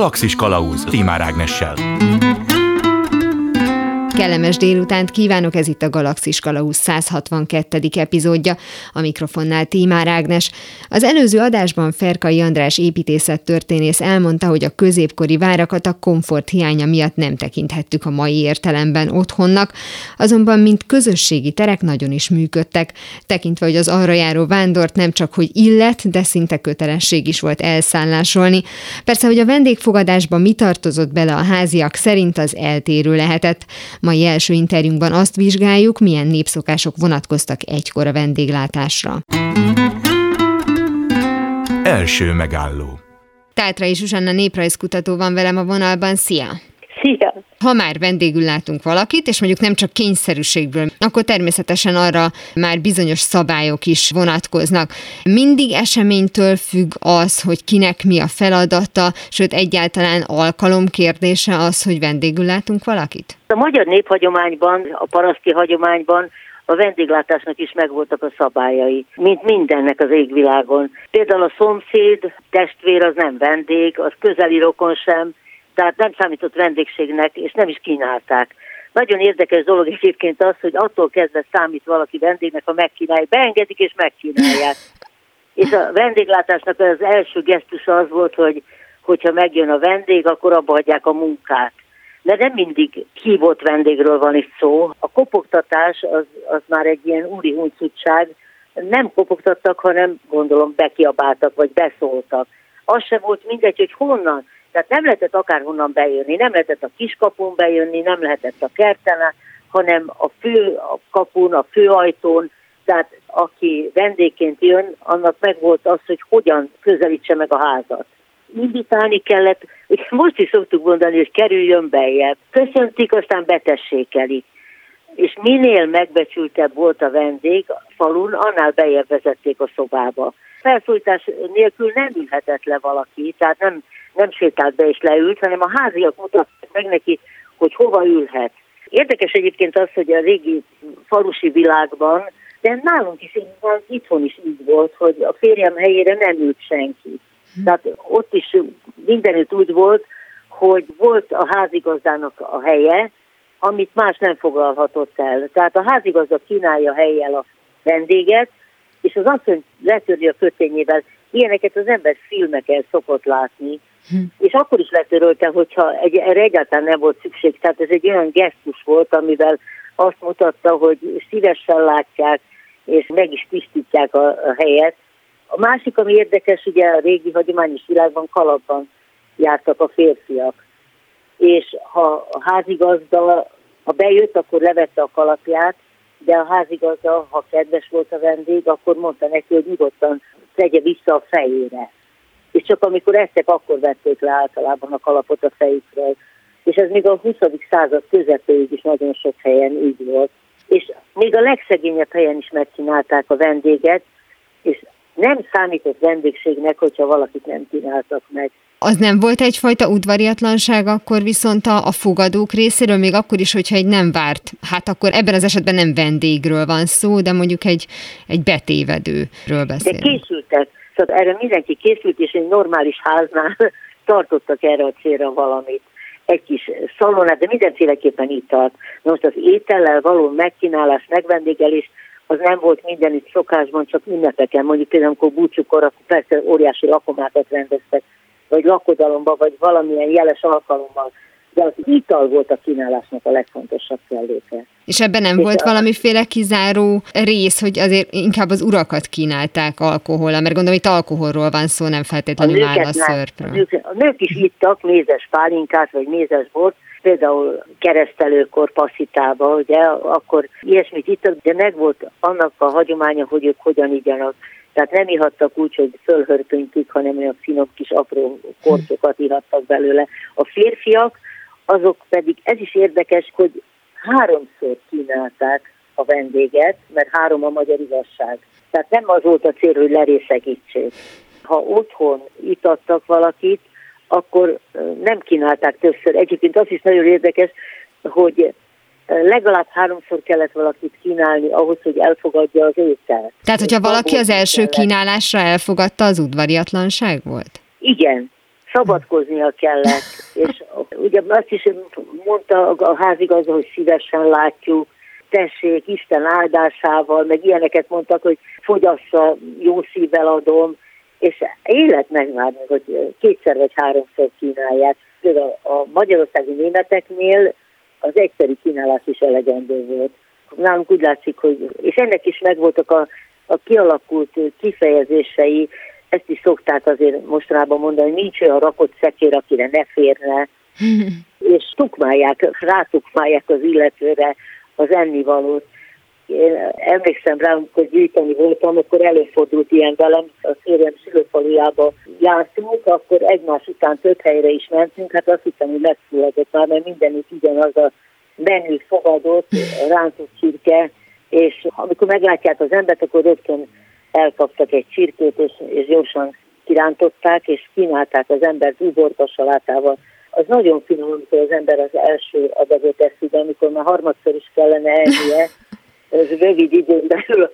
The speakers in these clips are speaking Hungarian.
Galaxis Kalauz Tímár Ágnessel. Kellemes délutánt kívánok, ez itt a Galaxis Kalauz 162. epizódja, a mikrofonnál Tímár Ágnes. Az előző adásban Ferkai András építészettörténész elmondta, hogy a középkori várakat a komfort hiánya miatt nem tekinthettük a mai értelemben otthonnak, azonban mint közösségi terek nagyon is működtek, tekintve, hogy az arra járó vándort nem csak hogy illet, de szinte kötelesség is volt elszállásolni. Persze, hogy a vendégfogadásban mi tartozott bele a háziak szerint, az eltérő lehetett. Mai első interjúnkban azt vizsgáljuk, milyen népszokások vonatkoztak egykor a vendéglátásra. Első megálló. Tátrai Zsuzsanna néprajzkutató van velem a vonalban. Szia! Szia! Ha már vendégül látunk valakit, és mondjuk nem csak kényszerűségből, akkor természetesen arra már bizonyos szabályok is vonatkoznak. Mindig eseménytől függ az, hogy kinek mi a feladata, sőt egyáltalán alkalom kérdése az, hogy vendégül látunk valakit? A magyar néphagyományban, a paraszti hagyományban a vendéglátásnak is megvoltak a szabályai, mint mindennek az égvilágon. Például a szomszéd, testvér az nem vendég, az közeli rokon sem, tehát nem számított vendégségnek, és nem is kínálták. Nagyon érdekes dolog egyébként az, hogy attól kezdve számít valaki vendégnek, ha megkínálják, beengedik és megkínálják. És a vendéglátásnak az első gesztusa az volt, hogyha megjön a vendég, akkor abba hagyják a munkát. De nem mindig hívott vendégről van itt szó. A kopogtatás az már egy ilyen úri huncutság. Nem kopogtattak, hanem gondolom bekiabáltak, vagy beszóltak. Az sem volt mindegy, hogy honnan. Tehát nem lehetett akárhonnan bejönni, nem lehetett a kiskapun bejönni, nem lehetett a kerten, hanem a kapun, a főajtón. Tehát aki vendégként jön, annak megvolt az, hogy hogyan közelítse meg a házat. Invitálni kellett, ugye most is szoktuk mondani, hogy kerüljön beljebb. Köszöntik, aztán betessékelik. És minél megbecsültebb volt a vendég a falun, annál beljebb vezették a szobába. Felszólítás nélkül nem ülhetett le valaki, tehát nem sétált be és leült, hanem a háziak mutatták meg neki, hogy hova ülhet. Érdekes egyébként az, hogy a régi falusi világban, de nálunk is itthon is így volt, hogy a férjem helyére nem ült senki. Tehát ott is mindenütt úgy volt, hogy volt a házigazdának a helye, amit más nem foglalhatott el. Tehát a házigazda kínálja helyjel a vendéget, és az asszony letörli a kötényével. Ilyeneket az ember filmeken szokott látni, és akkor is letörölte, hogyha erre egyáltalán nem volt szükség. Tehát ez egy olyan gesztus volt, amivel azt mutatta, hogy szívesen látják, és meg is tisztítják a helyet. A másik, ami érdekes, ugye a régi hagyományos világban kalapban jártak a férfiak. És ha a házigazda, ha bejött, akkor levette a kalapját, de a házigazda, ha kedves volt a vendég, akkor mondta neki, hogy nyugodtan tegye vissza a fejére. És csak amikor estek, akkor vették le általában a kalapot a fejükről. És ez még a 20. század közepéig is nagyon sok helyen így volt. És még a legszegényebb helyen is megcsinálták a vendéget, és nem számított vendégségnek, hogyha valakit nem kínáltak meg. Az nem volt egyfajta udvariatlanság akkor viszont a fogadók részéről, még akkor is, hogyha egy nem várt, hát akkor ebben az esetben nem vendégről van szó, de mondjuk egy betévedőről beszélünk. De készültek, szóval erre mindenki készült, és egy normális háznál tartottak erre a célra valamit. Egy kis szalonát, de mindenféleképpen italt. Most az étellel való megkínálás, megvendégelés, az nem volt mindenütt szokásban, csak ünnepeken. Mondjuk például, amikor búcsúkor, akkor persze óriási lakomákat rendeztek, vagy lakodalomban, vagy valamilyen jeles alkalommal. De az ital volt a kínálásnak a legfontosabb kelléke. És ebben nem volt valamiféle kizáró rész, hogy azért inkább az urakat kínálták alkohollal, mert gondolom itt alkoholról van szó, nem feltétlenül állaszörpről. A nők is ittak mézes pálinkát, vagy mézes bort, például keresztelőkor, passzitába, ugye, akkor ilyesmit ittak, de meg volt annak a hagyománya, hogy ők hogyan igyanak. Tehát nem ihattak úgy, hogy fölhörpöntjük, hanem olyan finom kis apró kortyokat ihattak belőle. A férfiak, azok pedig, ez is érdekes, hogy 3-szor kínálták a vendéget, mert 3 a magyar igazság. Tehát nem az volt a cél, hogy lerészegítsék. Ha otthon itattak valakit, akkor nem kínálták többször. Egyébként az is nagyon érdekes, hogy legalább 3-szor kellett valakit kínálni ahhoz, hogy elfogadja az ételt. Tehát, hogyha valaki az első kínálásra elfogadta, az udvariatlanság volt? Igen. szabadkoznia kellett. És ugye azt is mondta a házigazda, hogy szívesen látjuk, tessék, Isten áldásával, meg ilyeneket mondtak, hogy fogyassza, jó szívvel adom, és élet megvárni, hogy 2 vagy 3-szor kínálják. A magyarországi németeknél az egyszerű kínálás is elegendő volt. Nálunk úgy látszik, hogy, és ennek is megvoltak a kialakult kifejezései, ezt is szokták azért mostanában mondani, hogy nincs olyan rakott szekér, akire ne férne, és rátukmálják az illetőre az ennivalót. Én emlékszem rá, amikor gyűjteni voltam, akkor előfordult ilyen velem, a férjem szülőfalujába jártunk, akkor egymás után 5 helyre is mentünk, hát azt hittem, hogy megfulladott már, mert mindenütt ugyanaz a menü fogadott, rántott csirke, és amikor meglátják az embert, akkor rögtön elkaptak egy csirkét, és gyorsan kirántották, és kínálták az embert uborka salátával. Az nagyon finom, amikor az ember az első adagot eszi, de amikor már harmadszor is kellene ennie, az rövid időn belül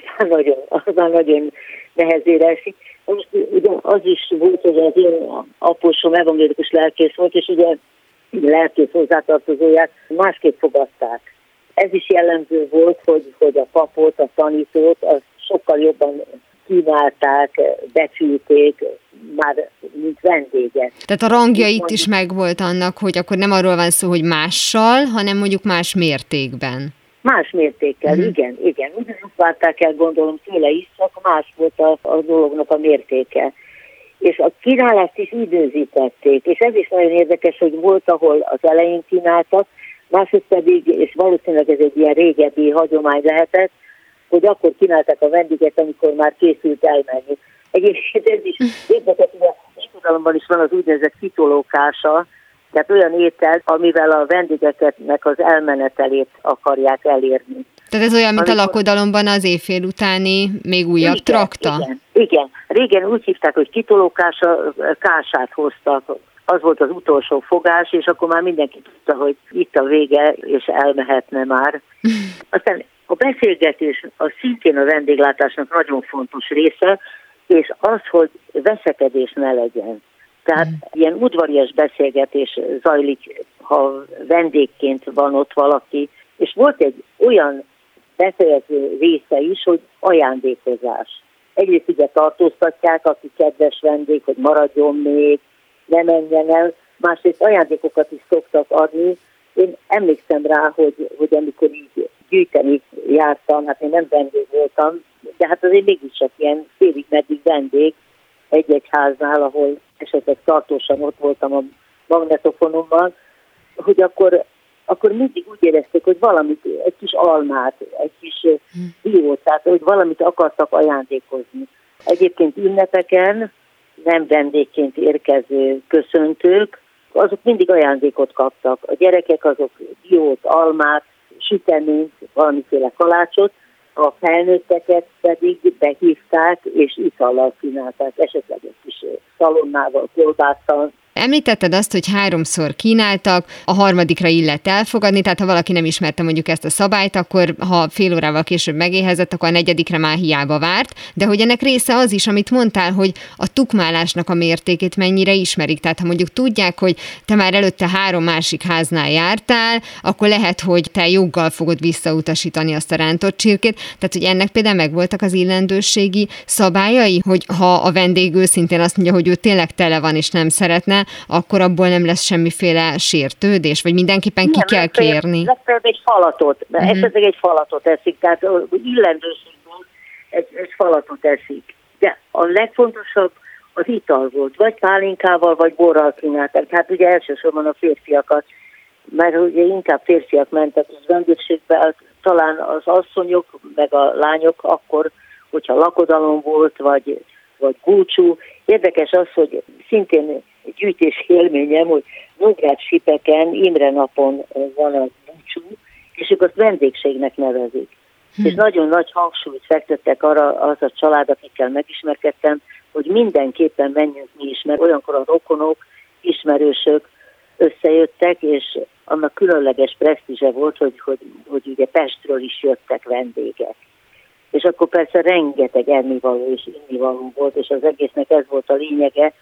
aztán nagyon nehezére esik. Most ugye az is volt, hogy az én apósom evangélikus lelkész volt, és ugye lelkész hozzátartozóját másképp fogadták. Ez is jellemző volt, hogy a papot, a tanítót, az sokkal jobban kínálták, becsülték, már mint vendéget. Tehát a rangja itt is megvolt annak, hogy akkor nem arról van szó, hogy mással, hanem mondjuk más mértékben. Más mértékkel, igen. Ugyanazt várták el, gondolom tőle is, csak más volt a dolognak a mértéke. És a kínálást is időzítették, és ez is nagyon érdekes, hogy volt, ahol az elején kínáltak, másrészt pedig, és valószínűleg ez egy ilyen régebbi hagyomány lehetett, hogy akkor kínálták a vendéget, amikor már készült elmenni. Egyébként ez is érdekes, hogy a irodalomban is van az úgynevezett kitolókása, tehát olyan étel, amivel a vendégeknek az elmenetelét akarják elérni. Tehát ez olyan, mint a lakodalomban az éjfél utáni még újabb trakta? Igen. Régen úgy hívták, hogy kitolókása, kását hoztak. Az volt az utolsó fogás, és akkor már mindenki tudta, hogy itt a vége, és elmehetne már. Aztán a beszélgetés az szintén a vendéglátásnak nagyon fontos része, és az, hogy veszekedés ne legyen. Tehát ilyen udvarias beszélgetés zajlik, ha vendégként van ott valaki, és volt egy olyan befejező része is, hogy ajándékozás. Egyrészt ugye tartóztatják, aki kedves vendég, hogy maradjon még, ne menjen el, másrészt ajándékokat is szoktak adni. Én emlékszem rá, hogy amikor így gyűjteni jártam, hát én nem vendég voltam, de hát azért mégiscsak ilyen félig meddig vendég egy-egy háznál, ahol esetleg tartósan ott voltam a magnetofonomban, hogy akkor mindig úgy érezték, hogy valamit, egy kis almát, egy kis diót, tehát hogy valamit akartak ajándékozni. Egyébként ünnepeken nem vendégként érkező köszöntők, azok mindig ajándékot kaptak. A gyerekek azok diót, almát, süteményt, valamiféle kalácsot, a felnőtteket pedig behívták és itallal kínálták, esetleg egy kis szalonnával, kolbásszal. Említetted azt, hogy 3-szor kínáltak, a harmadikra illett elfogadni, tehát ha valaki nem ismerte mondjuk ezt a szabályt, akkor ha fél órával később megéhezett, akkor a 4. már hiába várt, de hogy ennek része az is, amit mondtál, hogy a tukmálásnak a mértékét mennyire ismerik. Tehát ha mondjuk tudják, hogy te már előtte 3 másik háznál jártál, akkor lehet, hogy te joggal fogod visszautasítani azt a rántott csirkét. Tehát, hogy ennek például megvoltak az illendőségi szabályai, hogy ha a vendég őszintén azt mondja, hogy ő tényleg tele van és nem szeretne, akkor abból nem lesz semmiféle sértődés, vagy mindenképpen ki kell kérni? Legfeljebb egy falatot, esetleg egy falatot eszik, tehát illendőségből egy falatot eszik. De a legfontosabb az ital volt, vagy pálinkával, vagy borral kínáltak. Hát ugye elsősorban a férfiakat, mert ugye inkább férfiak mentek az vendégségbe, talán az asszonyok, meg a lányok akkor, hogyha lakodalom volt, vagy búcsú. Érdekes az, hogy szintén gyűjtési élményem, hogy Nógrád-Sipeken Imre napon van a búcsú, és ők azt vendégségnek nevezik. És nagyon nagy hangsúlyt fektettek arra az a család, akikkel megismerkedtem, hogy mindenképpen menjünk mi is, mert olyankor a rokonok, ismerősök összejöttek, és annak különleges presztízse volt, hogy ugye Pestről is jöttek vendégek. És akkor persze rengeteg ennivaló és innivaló volt, és az egésznek ez volt a lényege,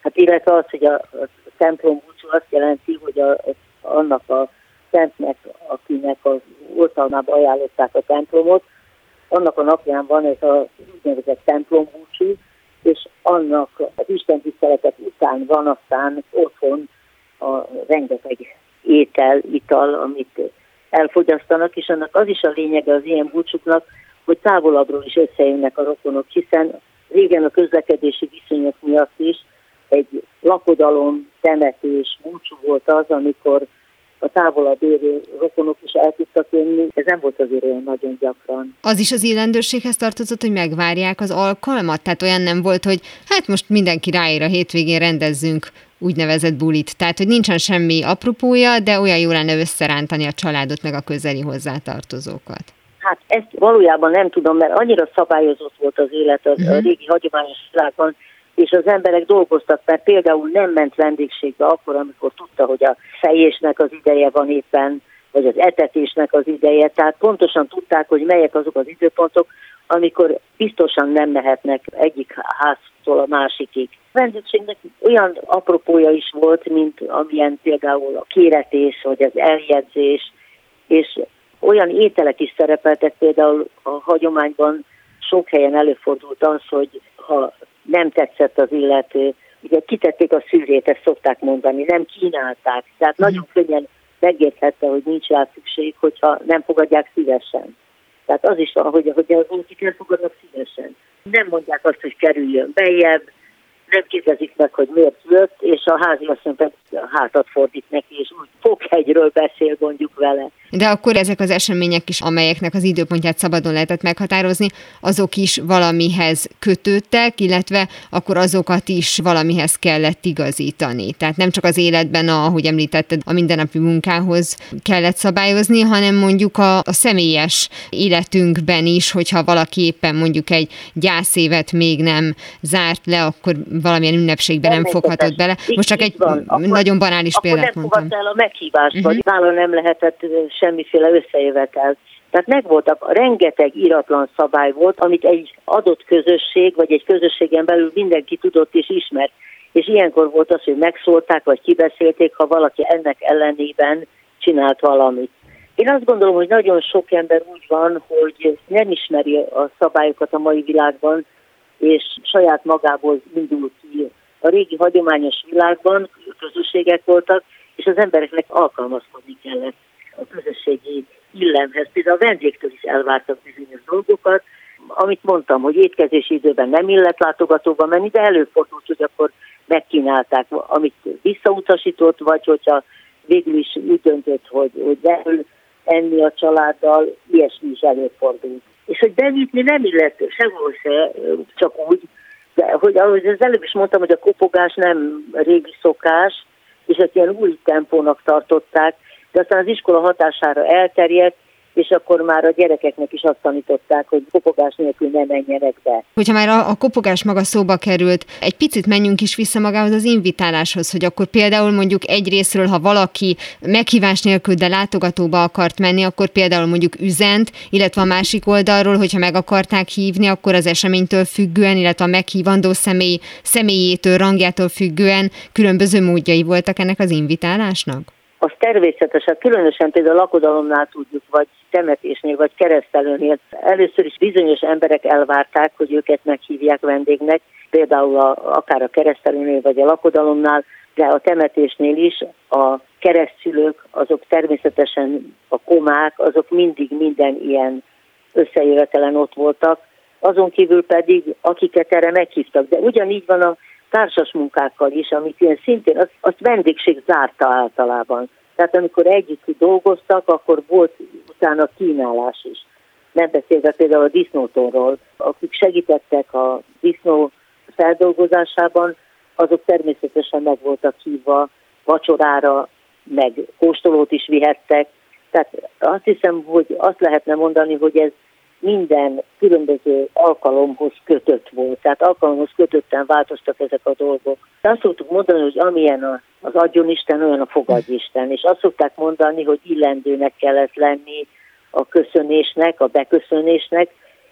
Hát illetve az, hogy a templom búcsú azt jelenti, hogy annak a szentnek, akinek az oltalmába ajánlották a templomot, annak a napján van ez az úgynevezett templombúcsú, és annak az istentiszteletek után van aztán otthon a rengeteg étel, ital, amit elfogyasztanak, és annak az is a lényege az ilyen búcsuknak, hogy távolabbról is összejönnek a rokonok, hiszen régen a közlekedési viszonyok miatt is egy lakodalom, temetés, búcsú volt az, amikor a távolabb érő rokonok is el tudtak jönni. Ez nem volt azért olyan nagyon gyakran. Az is az illendőséghez tartozott, hogy megvárják az alkalmat? Tehát olyan nem volt, hogy hát most mindenki ráér a hétvégén rendezzünk úgynevezett bulit. Tehát, hogy nincsen semmi apropója, de olyan jó lenne összerántani a családot meg a közeli hozzátartozókat. Hát ezt valójában nem tudom, mert annyira szabályozott volt az élet a régi hagyományos világban, és az emberek dolgoztak, mert például nem ment vendégségbe akkor, amikor tudta, hogy a fejésnek az ideje van éppen, vagy az etetésnek az ideje, tehát pontosan tudták, hogy melyek azok az időpontok, amikor biztosan nem mehetnek egyik háztól a másikig. A vendégségnek olyan apropója is volt, mint amilyen például a kéretés, vagy az eljegyzés, és olyan ételek is szerepeltek, például a hagyományban sok helyen előfordult az, hogy ha nem tetszett az illető, ugye kitették a szűrét, ezt szokták mondani, nem kínálták, tehát nagyon könnyen megérthette, hogy nincs rá szükség, hogyha nem fogadják szívesen. Tehát az is van, hogy az valakit nem fogadnak szívesen. Nem mondják azt, hogy kerüljön bejjebb, nem kérdezik meg, hogy miért jött, és a háziasszony pedig hátat fordít neki, és úgy Fokhegyről beszél mondjuk vele. De akkor ezek az események is, amelyeknek az időpontját szabadon lehetett meghatározni, azok is valamihez kötődtek, illetve akkor azokat is valamihez kellett igazítani. Tehát nem csak az életben, ahogy említetted, a mindennapi munkához kellett szabályozni, hanem mondjuk a személyes életünkben is, hogyha valaki éppen mondjuk egy gyászévet még nem zárt le, akkor valamilyen ünnepségben nem foghatott bele. Most csak egy nagyon banális példát mondtam. Akkor nem fogadta el a meghívást, vagy nála nem lehetett semmiféle összejövetel. Tehát megvoltak, rengeteg íratlan szabály volt, amit egy adott közösség, vagy egy közösségen belül mindenki tudott és ismert. És ilyenkor volt az, hogy megszólták, vagy kibeszélték, ha valaki ennek ellenében csinált valamit. Én azt gondolom, hogy nagyon sok ember úgy van, hogy nem ismeri a szabályokat a mai világban, és saját magából indul ki. A régi hagyományos világban közösségek voltak, és az embereknek alkalmazkodni kellett a közösségi illemhez. Például a vendégtől is elvártak bizonyos dolgokat, amit mondtam, hogy étkezési időben nem illet látogatóba menni, de előfordult, hogy akkor megkínálták, amit visszautasított, vagy hogyha végül is úgy döntött, hogy leül enni a családdal, ilyesmi is előfordult. És hogy benyitni nem illet sehol se, csak úgy, de hogy ahogy az előbb is mondtam, hogy a kopogás nem régi szokás, és ezt ilyen új tempónak tartották, de aztán az iskola hatására elterjedt, és akkor már a gyerekeknek is azt tanították, hogy kopogás nélkül ne menjenek be. Hogyha már a kopogás maga szóba került, egy picit menjünk is vissza magához az invitáláshoz, hogy akkor például mondjuk egy részről, ha valaki meghívás nélkül, de látogatóba akart menni, akkor például mondjuk üzent, illetve a másik oldalról, hogyha meg akarták hívni, akkor az eseménytől függően, illetve a meghívandó személy személyétől, rangjától függően különböző módjai voltak ennek az invitálásnak? Az természetesen, különösen például a lakodalomnál tudjuk, vagy temetésnél, vagy keresztelőnél. Először is bizonyos emberek elvárták, hogy őket meghívják vendégnek, például akár a keresztelőnél, vagy a lakodalomnál, de a temetésnél is a keresztszülők, azok természetesen a komák, azok mindig minden ilyen összejövetelen ott voltak. Azon kívül pedig, akiket erre meghívtak. De ugyanígy van a társas munkákkal is, amit ilyen szintén, azt vendégség zárta általában. Tehát amikor együtt dolgoztak, akkor volt utána kínálás is. Nem beszélve például a disznótóról, akik segítettek a disznó feldolgozásában, azok természetesen meg voltak hívva vacsorára, meg kóstolót is vihettek. Tehát azt hiszem, hogy azt lehetne mondani, hogy ez minden különböző alkalomhoz kötött volt. Tehát alkalomhoz kötötten változtak ezek a dolgok. De azt szoktuk mondani, hogy amilyen az adjon Isten, olyan a fogadj Isten. És azt szokták mondani, hogy illendőnek kellett lenni a köszönésnek, a beköszönésnek,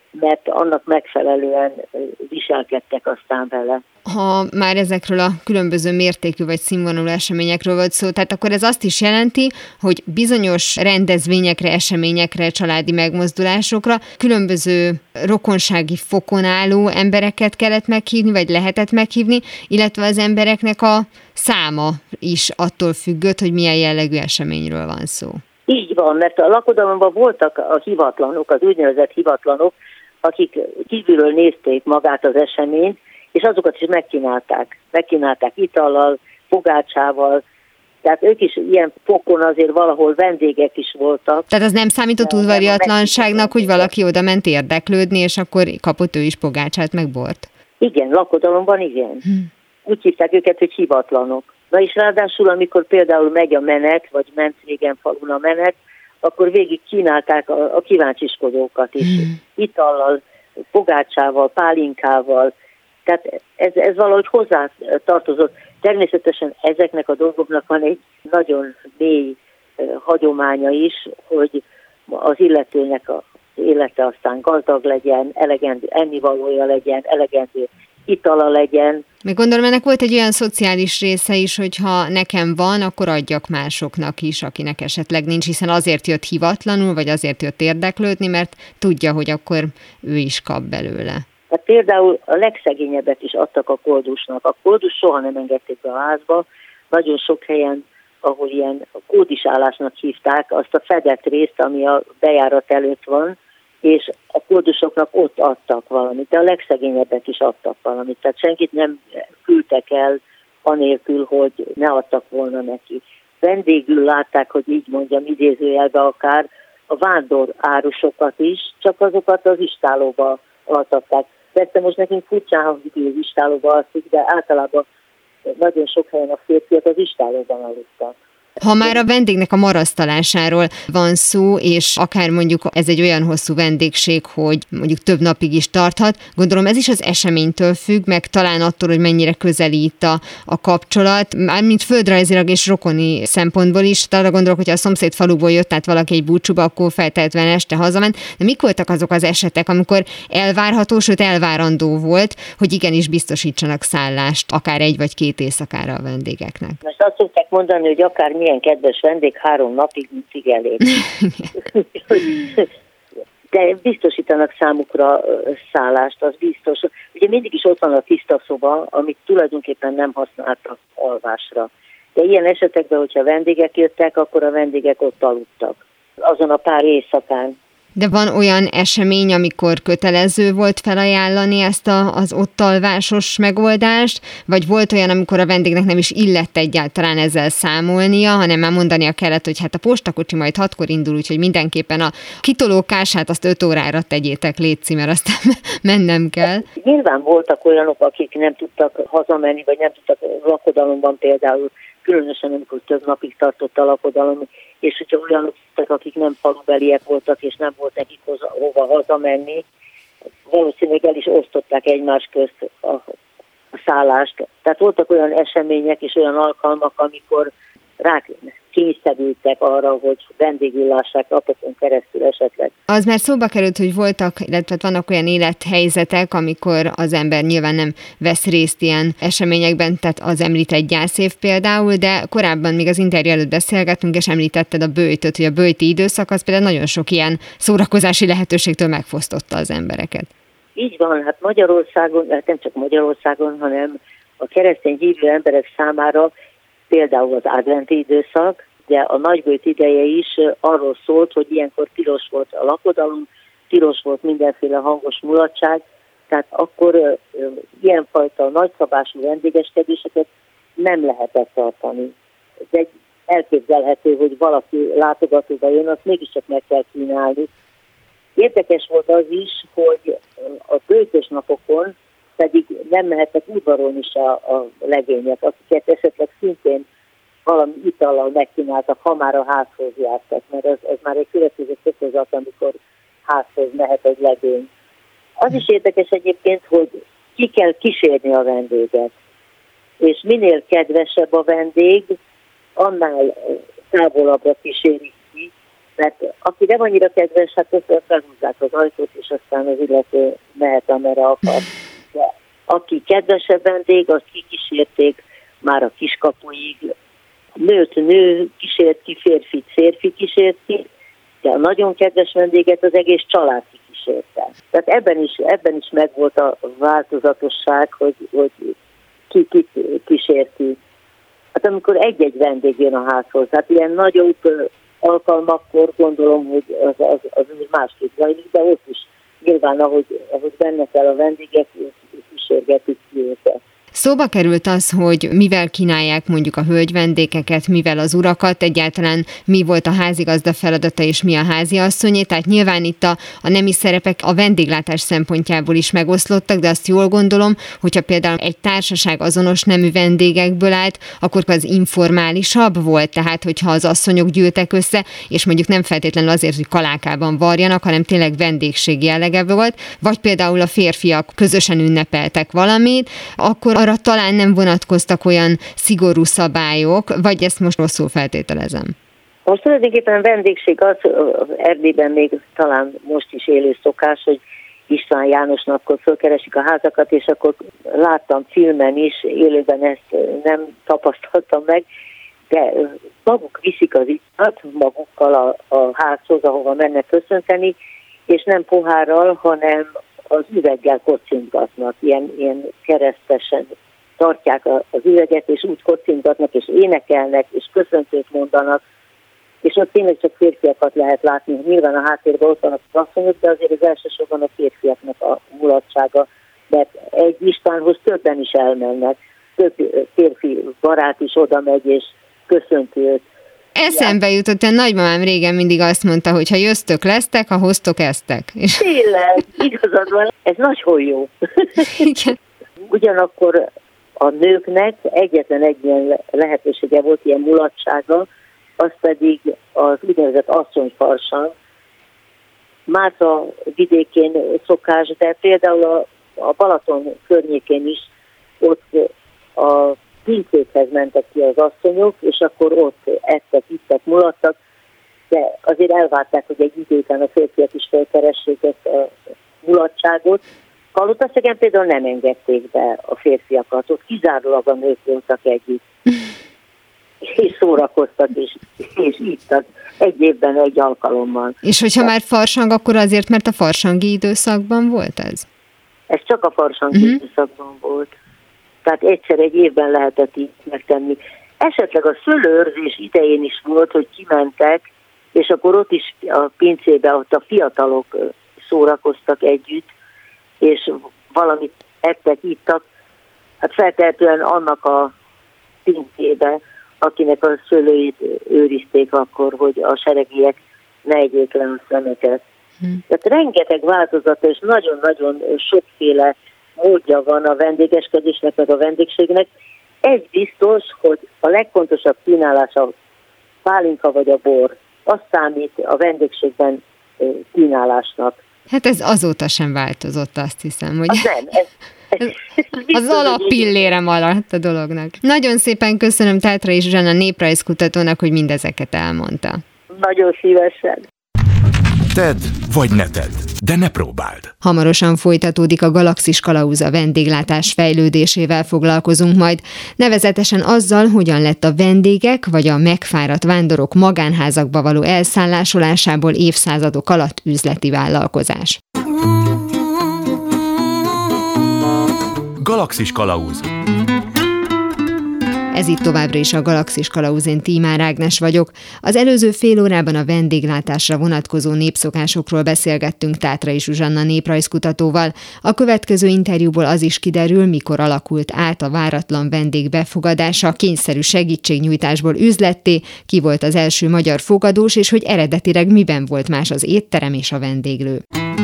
mert annak megfelelően viselkedtek aztán vele. Ha már ezekről a különböző mértékű vagy színvonalú eseményekről volt szó, tehát akkor ez azt is jelenti, hogy bizonyos rendezvényekre, eseményekre, családi megmozdulásokra különböző rokonsági fokon álló embereket kellett meghívni, vagy lehetett meghívni, illetve az embereknek a száma is attól függött, hogy milyen jellegű eseményről van szó. Így van, mert a lakodalomban voltak a hivatlanok, az úgynevezett hivatlanok, akik kívülről nézték magát az eseményt, és azokat is megkínálták itallal, pogácsával, tehát ők is ilyen fokon azért valahol vendégek is voltak. Tehát az nem számított udvariatlanságnak, hogy valaki oda ment érdeklődni, és akkor kapott ő is pogácsát meg bort? Igen, lakodalomban igen. Úgy hívták őket, hogy hivatlanok. Na és ráadásul, amikor például megy a menet, vagy ment régen falun a menet, akkor végig kínálták a kíváncsiskodókat is. Itallal, pogácsával, pálinkával. Tehát ez valahogy hozzá tartozott. Természetesen ezeknek a dolgoknak van egy nagyon mély hagyománya is, hogy az illetőnek az élete aztán gazdag legyen, elegendő ennivalója legyen, elegendő itala legyen. Meg gondolom, ennek volt egy olyan szociális része is, hogy ha nekem van, akkor adjak másoknak is, akinek esetleg nincs, hiszen azért jött hivatlanul, vagy azért jött érdeklődni, mert tudja, hogy akkor ő is kap belőle. Hát például a legszegényebbet is adtak a koldusnak. A koldus soha nem engedték be a házba. Nagyon sok helyen, ahol ilyen kódisállásnak hívták, azt a fedett részt, ami a bejárat előtt van, és a koldusoknak ott adtak valamit, de a legszegényebbek is adtak valamit. Tehát senkit nem küldtek el anélkül, hogy ne adtak volna neki. Vendégül látták, hogy így mondjam, idézőjelbe akár a vándor árusokat is, csak azokat az istálóba altatták. Persze most nekünk furcsán hangzik, hogy az istálóba alszik, de általában nagyon sok helyen a férfiak az istálóban aludtak. Ha már a vendégnek a marasztalásáról van szó, és akár mondjuk ez egy olyan hosszú vendégség, hogy mondjuk több napig is tarthat, gondolom ez is az eseménytől függ, meg talán attól, hogy mennyire közelít a kapcsolat, mármint földrajzilag és rokoni szempontból is. Arra gondolok, hogy a szomszéd faluból jött át valaki egy búcsúba, akkor feltehetően este hazament. De mik voltak azok az esetek, amikor elvárható, sőt elvárandó volt, hogy igenis biztosítsanak szállást, akár 1 vagy 2 éjszakára a vendégeknek? Most azt szokták mondani, hogy akár milyen kedves vendég, 3 napig mindig elég. De biztosítanak számukra szállást, az biztos. Ugye mindig is ott van a tiszta szoba, amit tulajdonképpen nem használtak alvásra. De ilyen esetekben, hogyha vendégek jöttek, akkor a vendégek ott aludtak. Azon a pár éjszakán. De van olyan esemény, amikor kötelező volt felajánlani ezt az ott alvásos megoldást, vagy volt olyan, amikor a vendégnek nem is illett egyáltalán ezzel számolnia, hanem már mondania kellett, hogy hát a postakocsi majd 6-kor indul, úgyhogy mindenképpen a kitolókását azt 5 órára tegyétek, létszi, mert aztán mennem kell. Nyilván voltak olyanok, akik nem tudtak hazamenni, vagy nem tudtak lakodalomban például, különösen amikor több napig tartott a lakodalom, és hogyha olyanok, akik nem falubeliek voltak, és nem volt nekik hova hazamenni, valószínűleg el is osztották egymás közt a szállást. Tehát voltak olyan események és olyan alkalmak, amikor rá kényszerültek arra, hogy vendégül lássák napokon keresztül esetleg. Az már szóba került, hogy voltak, illetve vannak olyan élethelyzetek, amikor az ember nyilván nem vesz részt ilyen eseményekben, tehát az említett gyászév például, de korábban még az interjú előtt beszélgettünk, és említetted a böjtöt, hogy a böjti időszak az például nagyon sok ilyen szórakozási lehetőségtől megfosztotta az embereket. Így van, hát Magyarországon, nem csak Magyarországon, hanem a keresztény hívő emberek számára például az adventi időszak, de a nagyböjt ideje is arról szólt, hogy ilyenkor tilos volt a lakodalom, tilos volt mindenféle hangos mulatság, tehát akkor ilyenfajta nagyszabású vendégeskedéseket nem lehetett tartani. De elképzelhető, hogy valaki látogatóba jön, azt mégiscsak meg kell kínálni. Érdekes volt az is, hogy a böjtös napokon pedig nem mehettek udvaron is a legények, akiket esetleg szintén valami itallal megkínáltak, ha már a házhoz jártak, mert ez már egy következő fokozat, amikor házhoz mehet egy legény. Az is érdekes egyébként, hogy ki kell kísérni a vendéget, és minél kedvesebb a vendég, annál távolabbra kísérik ki, Mert aki nem annyira kedves, hát azt felhúzzák az ajtót, és aztán az illető mehet, amerre akar. De aki kedvesebb vendég, azt kikísérték már a kiskapuig. Nőt nő kísért ki, férfit férfi kísért ki, de a nagyon kedves vendéget az egész család kikísérte. Tehát ebben is megvolt a változatosság, hogy ki kísérti. Hát amikor egy-egy vendég jön a házhoz, hát ilyen nagyobb alkalmakkor gondolom, hogy az másképp zajlik, de ott is nyilván, ahogy benne kell a vendégek, kísérgetik ki őket. Szóba került az, hogy mivel kínálják mondjuk a hölgyvendégeket, mivel az urakat, egyáltalán mi volt a házigazda feladata és mi a háziasszonyé, tehát nyilván itt a nemi szerepek a vendéglátás szempontjából is megoszlottak, de azt jól gondolom, hogyha például egy társaság azonos nemű vendégekből állt, akkor az informálisabb volt, tehát hogyha az asszonyok gyűltek össze, és mondjuk nem feltétlenül azért, hogy kalákában varjanak, hanem tényleg vendégség jellege volt, vagy például a férfiak közösen ünnepeltek valamit, akkor arra talán nem vonatkoztak olyan szigorú szabályok, vagy ezt most rosszul feltételezem? Most tulajdonképpen vendégség az, Erdélyben még talán most is élő szokás, hogy István Jánosnak akkor fölkeresik a házakat, és akkor láttam filmen is, élőben ezt nem tapasztaltam meg, de maguk viszik az italt magukkal a házhoz, ahova mennek köszönteni, és nem pohárral, hanem az üveggel kocingatnak, ilyen keresztesen tartják az üveget, és úgy kocingatnak, és énekelnek, és köszöntőt mondanak, és ott tényleg csak férfiakat lehet látni. Nyilván a háttérben ott van az asszonyok, de azért az elsősorban a férfiaknak a mulatsága, mert egy Istvánhoz többen is elmennek, több férfi barát is oda megy, és köszönti őt. Eszembe jutott, a nagymamám régen mindig azt mondta, hogy ha jöztök, lesztek, ha hoztok, eztek. Tényleg, igazad van, ez nagyon jó. Igen. Ugyanakkor a nőknek egyetlen egy ilyen lehetősége volt, ilyen mulatsága, az pedig az úgynevezett asszonyfarsang. Márta vidékén szokás, de például a Balaton környékén is ott a pincékhez mentek ki az asszonyok, és akkor ott ettek, ittek, mulattak, de azért elvárták, hogy egy idő után a férfiak is felkeressék ezt a mulatságot. Kalotaszegen például nem engedték be a férfiakat, ott kizárólag a nők voltak együtt. És szórakoztak, és ittak egy évben egy alkalommal. És hogyha már farsang, akkor azért, mert a farsangi időszakban volt ez? Ez csak a farsangi időszakban volt. Tehát egyszer egy évben lehetett így megtenni. Esetleg a szőlőőrzés idején is volt, hogy kimentek, és akkor ott is a pincébe ott a fiatalok szórakoztak együtt, és valamit ettek, ittak. Hát feltehetően annak a pincébe, akinek a szőlőit őrizték akkor, hogy a seregiek ne egyék le a szemeket. Tehát rengeteg változata és nagyon-nagyon sokféle módja van a vendégeskedésnek, meg a vendégségnek. Egy biztos, hogy a legfontosabb kínálás a pálinka vagy a bor. Az számít a vendégségben kínálásnak. Hát ez azóta sem változott, azt hiszem, hogy... Az nem, az alappillére maradt a dolognak. Nagyon szépen köszönöm Tátrai Zsuzsanna néprajzkutatónak, hogy mindezeket elmondta. Nagyon szívesen. Tedd vagy ne tedd, de ne próbáld. Hamarosan folytatódik a Galaxis Kalauz, a vendéglátás fejlődésével foglalkozunk majd, nevezetesen azzal, hogyan lett a vendégek vagy a megfáradt vándorok magánházakba való elszállásolásából évszázadok alatt üzleti vállalkozás. Galaxis Kalauz. Ez itt továbbra is a Galaxis Kalauz, én Tímár Ágnes vagyok. Az előző fél órában a vendéglátásra vonatkozó népszokásokról beszélgettünk Tátrai Zsuzsanna néprajzkutatóval. A következő interjúból az is kiderül, mikor alakult át a váratlan vendég befogadása kényszerű segítségnyújtásból üzletté, ki volt az első magyar fogadós, és hogy eredetileg miben volt más az étterem és a vendéglő.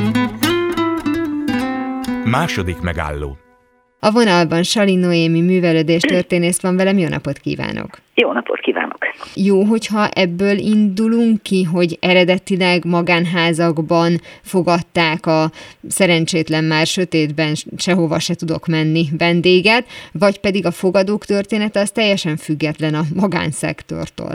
Második megálló. A vonalban Sali Noémi művelődéstörténész van velem, jó napot kívánok! Jó napot kívánok! Jó, hogyha ebből indulunk ki, hogy eredetileg magánházakban fogadták a szerencsétlen már sötétben sehova se tudok menni vendéget, vagy pedig a fogadók története az teljesen független a magánszektortól.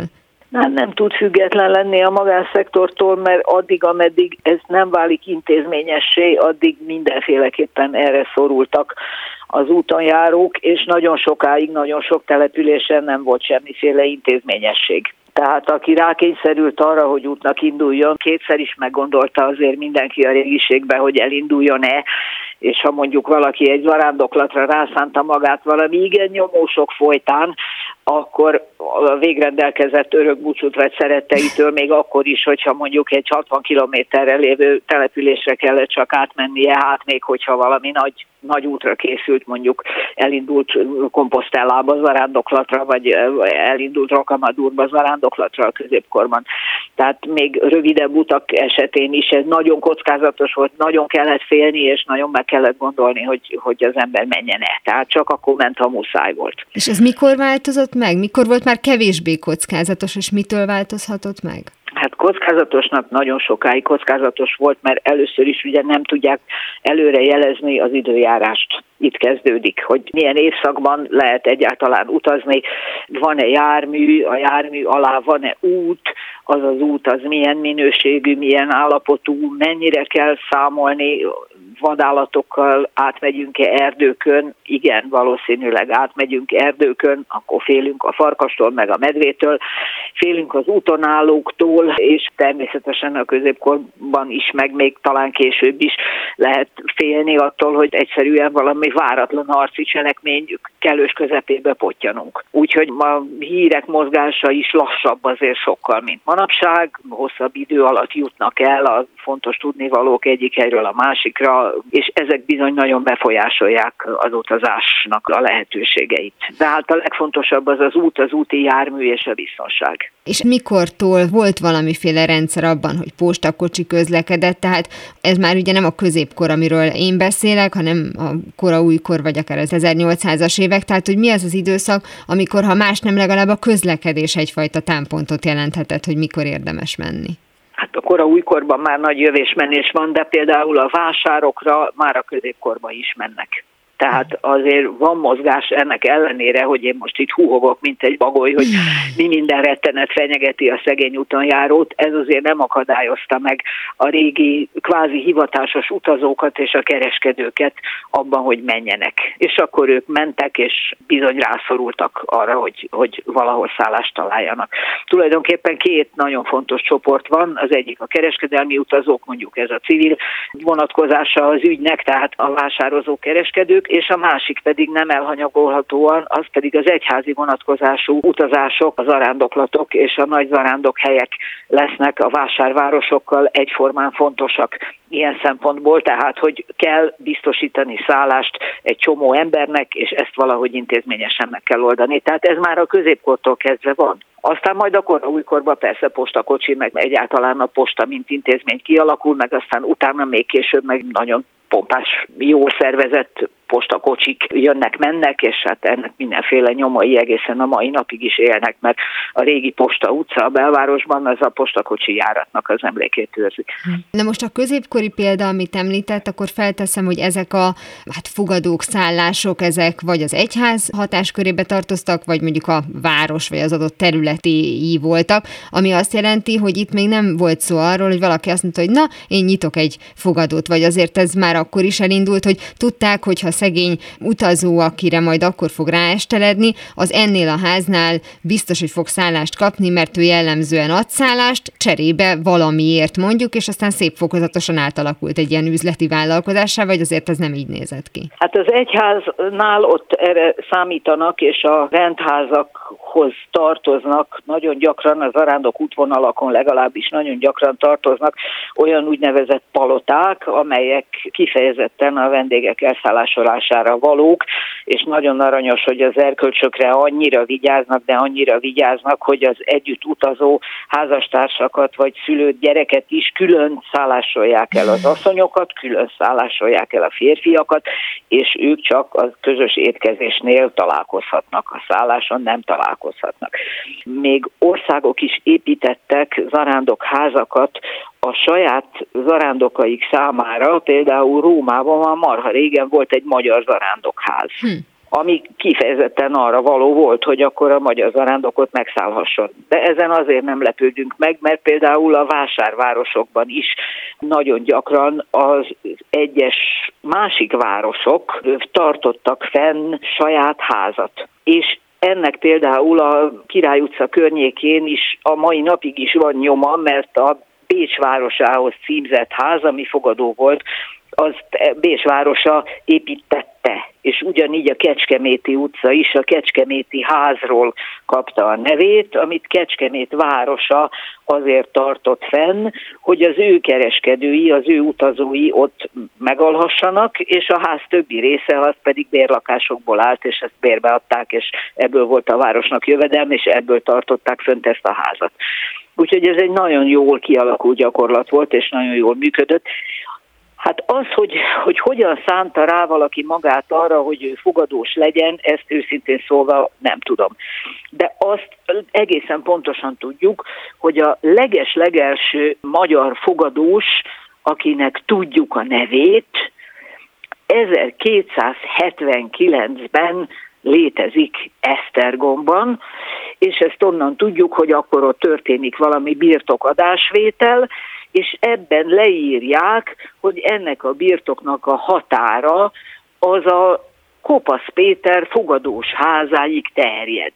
Nem tud független lenni a magánszektortól, mert addig, ameddig ez nem válik intézményessé, addig mindenféleképpen erre szorultak az úton járók, és nagyon sokáig, nagyon sok településen nem volt semmiféle intézményesség. Tehát aki rákényszerült arra, hogy útnak induljon, kétszer is meggondolta azért mindenki a régiségben, hogy elinduljon-e, és ha mondjuk valaki egy zarándoklatra rászánta magát valami igen nyomósok folytán, akkor a végrendelkezett örökbúcsút vett szeretteitől, még akkor is, hogyha mondjuk egy 60 kilométerre lévő településre kellett csak átmennie, hát még hogyha valami nagy útra készült, mondjuk elindult Komposztellába zarándoklatra, vagy elindult Rocamadourba zarándoklatra a középkorban. Tehát még rövidebb utak esetén is ez nagyon kockázatos volt, nagyon kellett félni, és nagyon meg kellett gondolni, hogy az ember menjen el. Tehát csak akkor ment, ha muszáj volt. És ez mikor változott meg? Mikor volt már kevésbé kockázatos, és mitől változhatott meg? Hát kockázatosnak nagyon sokáig kockázatos volt, mert először is ugye nem tudják előre jelezni az időjárást. Itt kezdődik, hogy milyen évszakban lehet egyáltalán utazni, van-e jármű, a jármű alá van-e út, az út az milyen minőségű, milyen állapotú, mennyire kell számolni, vadállatokkal átmegyünk-e erdőkön, igen, valószínűleg átmegyünk erdőkön, akkor félünk a farkastól, meg a medvétől, félünk az úton állóktól, és természetesen a középkorban is, meg még talán később is lehet félni attól, hogy egyszerűen valami váratlan harci cselekmény kellős közepébe pottyanunk. Úgyhogy a hírek mozgása is lassabb azért sokkal, mint manapság, hosszabb idő alatt jutnak el a fontos tudnivalók egyik helyről a másikra, és ezek bizony nagyon befolyásolják az utazásnak a lehetőségeit. De hát a legfontosabb az út, az úti jármű és a biztonság. És mikortól volt valamiféle rendszer abban, hogy postakocsi közlekedett, tehát ez már ugye nem a középkor, amiről én beszélek, hanem a kora újkor, vagy akár az 1800-as évek, tehát hogy mi az az időszak, amikor, ha más nem, legalább a közlekedés egyfajta támpontot jelenthetett, hogy mikor érdemes menni. Hát a kora újkorban már nagy jövésmenés van, de például a vásárokra már a középkorban is mennek. Tehát azért van mozgás ennek ellenére, hogy én most itt húhogok, mint egy bagoly, hogy mi minden rettenet fenyegeti a szegény útonjárót. Ez azért nem akadályozta meg a régi kvázi hivatásos utazókat és a kereskedőket abban, hogy menjenek. És akkor ők mentek, és bizony rászorultak arra, hogy valahol szállást találjanak. Tulajdonképpen két nagyon fontos csoport van. Az egyik a kereskedelmi utazók, mondjuk ez a civil vonatkozása az ügynek, tehát a vásározó kereskedők, és a másik pedig nem elhanyagolhatóan, az pedig az egyházi vonatkozású utazások, az zarándoklatok és a nagy zarándokhelyek lesznek a vásárvárosokkal egyformán fontosak ilyen szempontból, tehát hogy kell biztosítani szállást egy csomó embernek, és ezt valahogy intézményesen meg kell oldani. Tehát ez már a középkortól kezdve van. Aztán majd a kora újkorban persze postakocsi, meg egyáltalán a posta mint intézmény kialakul, meg aztán utána még később meg nagyon pompás, jól szervezett postakocsik jönnek-mennek, és hát ennek mindenféle nyomai egészen a mai napig is élnek, mert a régi Posta utca a belvárosban az a postakocsi járatnak az emlékét őrzik. Na most a középkori példa, amit említett, akkor felteszem, hogy ezek a fogadók, szállások, ezek vagy az egyház hatáskörébe tartoztak, vagy mondjuk a város, vagy az adott területéi voltak, ami azt jelenti, hogy itt még nem volt szó arról, hogy valaki azt mondta, hogy na, én nyitok egy fogadót, vagy azért ez már akkor is elindult, hogy tudták, hogy ha szegény utazó, akire majd akkor fog ráesteledni, az ennél a háznál biztos, hogy fog szállást kapni, mert ő jellemzően ad szállást, cserébe valamiért mondjuk, és aztán szép fokozatosan átalakult egy ilyen üzleti vállalkozássá, vagy azért ez nem így nézett ki? Hát az egyháznál ott erre számítanak, és a rendházakhoz tartoznak, nagyon gyakran az zarándok útvonalakon legalábbis nagyon gyakran tartoznak olyan úgynevezett paloták, amelyek kifejezetten a vendégek elszállásolására valók, és nagyon aranyos, hogy az erkölcsökre annyira vigyáznak, de annyira vigyáznak, hogy az együtt utazó házastársakat vagy szülőt, gyereket is külön szállásolják el az asszonyokat, külön szállásolják el a férfiakat, és ők csak a közös étkezésnél találkozhatnak, a szálláson nem találkozhatnak. Még országok is építettek zarándokházakat a saját zarándokaik számára, például Rómában már marha régen volt egy magyar zarándokház. ami kifejezetten arra való volt, hogy akkor a magyar zarándokot megszállhasson. De ezen azért nem lepődünk meg, mert például a vásárvárosokban is nagyon gyakran az egyes másik városok tartottak fenn saját házat. És ennek például a Király utca környékén is a mai napig is van nyoma, mert a Bécs városához címzett ház, ami fogadó volt, azt Bécs városa építette, és ugyanígy a Kecskeméti utca is a Kecskeméti házról kapta a nevét, amit Kecskemét városa azért tartott fenn, hogy az ő kereskedői, az ő utazói ott megalhassanak, és a ház többi része az pedig bérlakásokból állt, és ezt bérbeadták, és ebből volt a városnak jövedelme, és ebből tartották fönt ezt a házat. Úgyhogy ez egy nagyon jól kialakult gyakorlat volt, és nagyon jól működött. Hát az, hogy hogyan szánta rá valaki magát arra, hogy ő fogadós legyen, ezt őszintén szólva nem tudom. De azt egészen pontosan tudjuk, hogy a leges-legelső magyar fogadós, akinek tudjuk a nevét, 1279-ben létezik Esztergomban, és ezt onnan tudjuk, hogy akkor ott történik valami birtokadásvétel, és ebben leírják, hogy ennek a birtoknak a határa az a Kopasz Péter fogadós házáig terjed.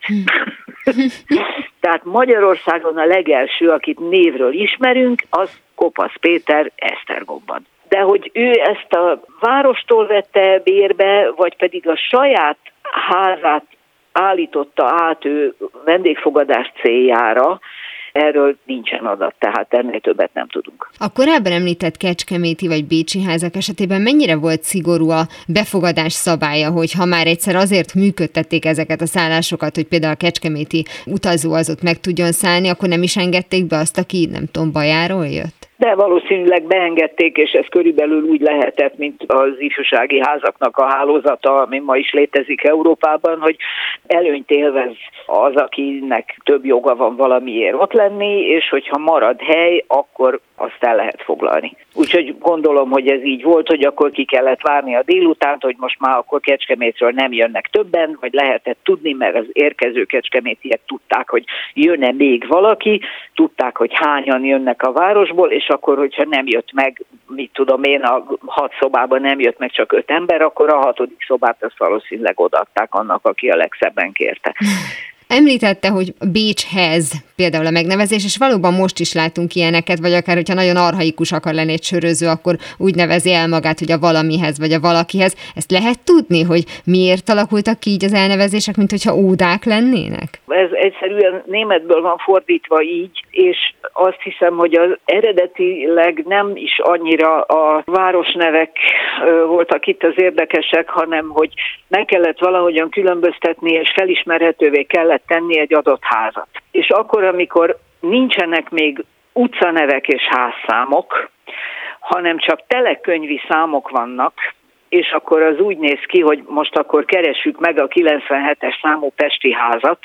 Tehát Magyarországon a legelső, akit névről ismerünk, az Kopasz Péter Esztergomban. De hogy ő ezt a várostól vette bérbe, vagy pedig a saját házát állította át ő vendégfogadás céljára, erről nincsen adat, tehát ennél többet nem tudunk. A korábban említett kecskeméti vagy bécsi házak esetében mennyire volt szigorú a befogadás szabálya, hogy ha már egyszer azért működtették ezeket a szállásokat, hogy például a kecskeméti utazó az ott meg tudjon szállni, akkor nem is engedték be azt, aki nem tudom, Bajáról jött? De valószínűleg beengedték, és ez körülbelül úgy lehetett, mint az ifjúsági házaknak a hálózata, ami ma is létezik Európában, hogy előnyt élvez az, akinek több joga van valamiért ott lenni, és hogyha marad hely, akkor azt el lehet foglalni. Úgyhogy gondolom, hogy ez így volt, hogy akkor ki kellett várni a délutánt, hogy most már akkor Kecskemétről nem jönnek többen, vagy lehetett tudni, mert az érkező kecskemétiek tudták, hogy jön-e még valaki, tudták, hogy hányan jönnek a városból, és akkor, hogyha nem jött meg, mit tudom én, a 6 szobában nem jött meg csak 5 ember, akkor a 6. szobát azt valószínűleg odaadták annak, aki a legszebben kérte. Említette, hogy Bécshez például a megnevezés, és valóban most is látunk ilyeneket, vagy akár, hogyha nagyon archaikus akar lenni egy söröző, akkor úgy nevezi el magát, hogy a valamihez, vagy a valakihez. Ezt lehet tudni, hogy miért alakultak ki így az elnevezések, mint hogyha ódák lennének? Ez egyszerűen németből van fordítva így, és azt hiszem, hogy az eredetileg nem is annyira a városnevek voltak itt az érdekesek, hanem hogy meg kellett valahogyan különböztetni, és felismerhetővé kellett tenni egy adott házat. És akkor, amikor nincsenek még utcanevek és házszámok, hanem csak telekönyvi számok vannak, és akkor az úgy néz ki, hogy most akkor keressük meg a 97-es számú pesti házat,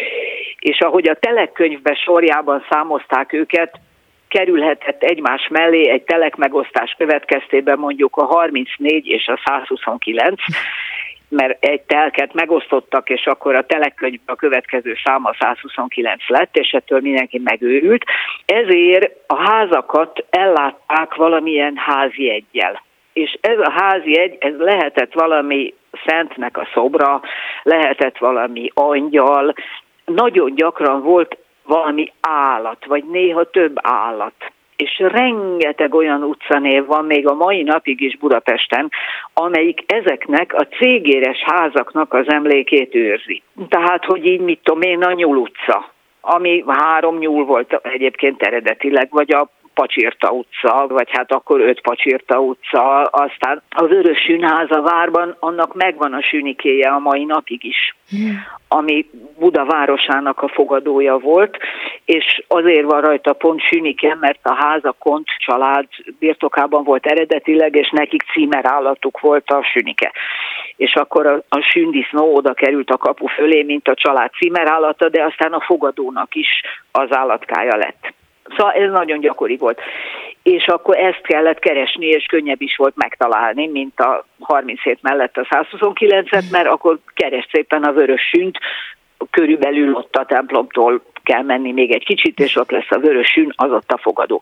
és ahogy a telekönyvbe sorjában számozták őket, kerülhetett egymás mellé egy telekmegosztás következtében mondjuk a 34 és a 129, mert egy telket megosztottak, és akkor a telekkönyvben a következő száma 129 lett, és ettől mindenki megőrült. Ezért a házakat ellátták valamilyen házjeggyel. És ez a házjegy, ez lehetett valami szentnek a szobra, lehetett valami angyal, nagyon gyakran volt valami állat, vagy néha több állat. És rengeteg olyan utcanév van még a mai napig is Budapesten, amelyik ezeknek a cégéres házaknak az emlékét őrzi. Tehát, hogy így mit tudom én, a Nyúl utca, ami 3 nyúl volt egyébként eredetileg, vagy a Pacsirta utca, vagy hát akkor 5 Pacsirta utca, aztán a Vörös Sünház a várban, annak megvan a sűnikéje a mai napig is, ami Buda városának a fogadója volt, és azért van rajta pont sünike, mert a ház a Kont család birtokában volt eredetileg, és nekik címerállatuk volt a sünike. És akkor a sündisznó oda került a kapu fölé, mint a család címerállata, de aztán a fogadónak is az állatkája lett. Szóval ez nagyon gyakori volt. és akkor ezt kellett keresni, és könnyebb is volt megtalálni, mint a 37 mellett a 129-et, mert akkor keresd szépen a vörös sűnt, körülbelül ott a templomtól kell menni még egy kicsit, és ott lesz a vörös sűn, az ott a fogadó.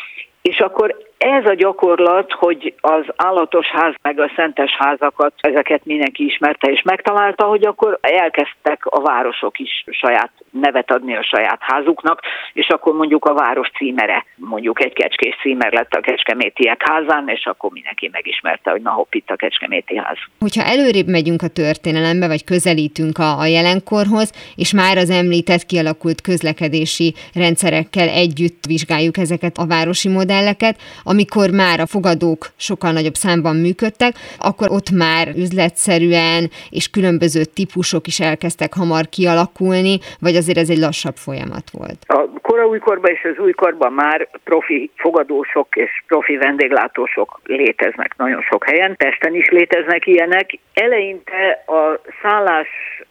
És akkor ez a gyakorlat, hogy az állatos ház meg a szentes házakat, ezeket mindenki ismerte és megtalálta, hogy akkor elkezdtek a városok is saját nevet adni a saját házuknak, és akkor mondjuk a város címere, mondjuk egy Kecskés címer lett a kecskemétiek házán, és akkor mindenki megismerte, hogy na hopp, itt a kecskeméti ház. Hogyha előrébb megyünk a történelembe, vagy közelítünk a jelenkorhoz, és már az említett kialakult közlekedési rendszerekkel együtt vizsgáljuk ezeket a városi modelleket, amikor már a fogadók sokkal nagyobb számban működtek, akkor ott már üzletszerűen és különböző típusok is elkezdtek hamar kialakulni, vagy azért ez egy lassabb folyamat volt? A koraújkorban és az újkorban már profi fogadósok és profi vendéglátósok léteznek nagyon sok helyen. Pesten is léteznek ilyenek. Eleinte a szállás